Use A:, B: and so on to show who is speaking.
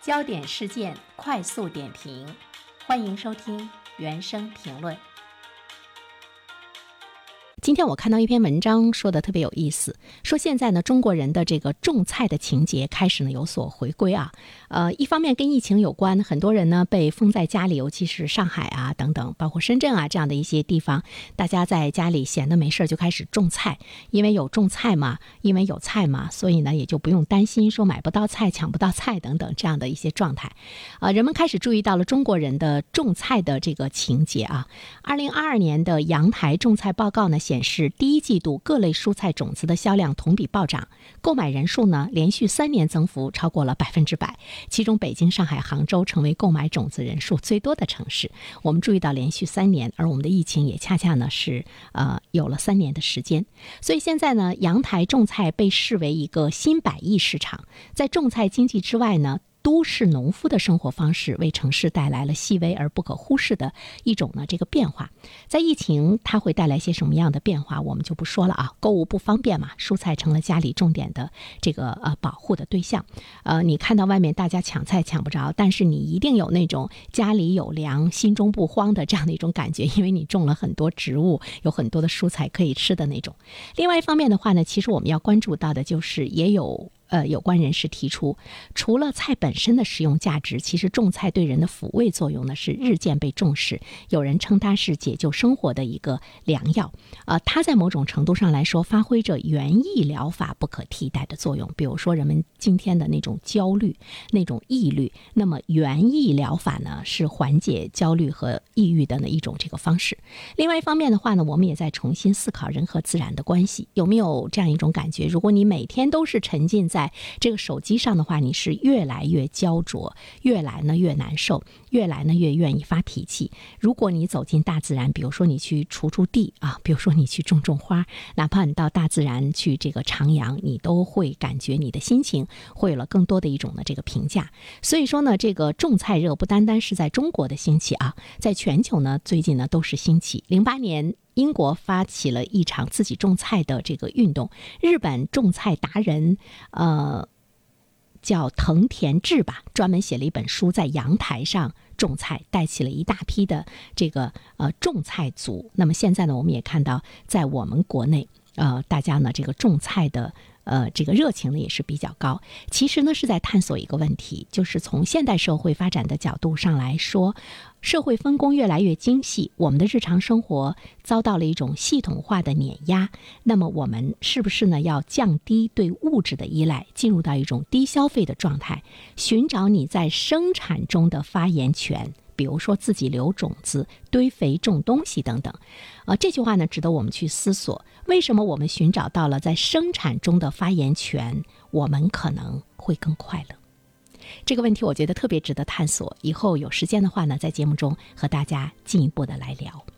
A: 焦点事件快速点评，欢迎收听原声评论。今天我看到一篇文章说的特别有意思，说现在呢中国人的这个种菜的情节开始呢有所回归啊。一方面跟疫情有关，很多人呢被封在家里，尤其是上海啊等等，包括深圳啊这样的一些地方，大家在家里闲的没事就开始种菜，因为有种菜嘛，因为有菜嘛，所以呢也就不用担心说买不到菜、抢不到菜等等这样的一些状态。人们开始注意到了中国人的种菜的这个情节啊。2022年的阳台种菜报告呢显示，第一季度各类蔬菜种子的销量同比暴涨，购买人数呢连续3年增幅超过了100%，其中北京、上海、杭州成为购买种子人数最多的城市。我们注意到连续3年，而我们的疫情也恰恰呢是有了3年的时间，所以现在呢阳台种菜被视为一个新百亿市场。在种菜经济之外呢，都市农夫的生活方式为城市带来了细微而不可忽视的一种呢这个变化。在疫情它会带来些什么样的变化我们就不说了啊，购物不方便嘛，蔬菜成了家里重点的这个保护的对象。你看到外面大家抢菜抢不着，但是你一定有那种家里有粮心中不慌的这样的一种感觉，因为你种了很多植物，有很多的蔬菜可以吃的那种。另外一方面的话呢，其实我们要关注到的就是也有有关人士提出，除了菜本身的食用价值，其实种菜对人的抚慰作用呢是日渐被重视，有人称它是解救生活的一个良药。它在某种程度上来说发挥着园艺疗法不可替代的作用。比如说人们今天的那种焦虑、那种抑郁，那么园艺疗法呢是缓解焦虑和抑郁的一种这个方式。另外一方面的话呢，我们也在重新思考人和自然的关系。有没有这样一种感觉，如果你每天都是沉浸在这个手机上的话，你是越来越焦灼，越来呢越难受，越来呢越愿意发脾气。如果你走进大自然，比如说你去锄地啊，比如说你去种花，哪怕你到大自然去这个徜徉，你都会感觉你的心情会有了更多的一种的这个评价。所以说呢，这个种菜热不单单是在中国的兴起啊，在全球呢最近呢都是兴起。08年英国发起了一场自己种菜的这个运动，日本种菜达人叫藤田智吧，专门写了一本书，在阳台上种菜，带起了一大批的这个种菜族。那么现在呢，我们也看到在我们国内大家呢这个种菜的这个热情呢也是比较高。其实呢是在探索一个问题，就是从现代社会发展的角度上来说，社会分工越来越精细，我们的日常生活遭到了一种系统化的碾压。那么我们是不是呢要降低对物质的依赖，进入到一种低消费的状态，寻找你在生产中的发言权，比如说自己留种子、堆肥、种东西等等。这句话呢值得我们去思索，为什么我们寻找到了在生产中的发言权，我们可能会更快乐？这个问题我觉得特别值得探索，以后有时间的话呢，在节目中和大家进一步的来聊。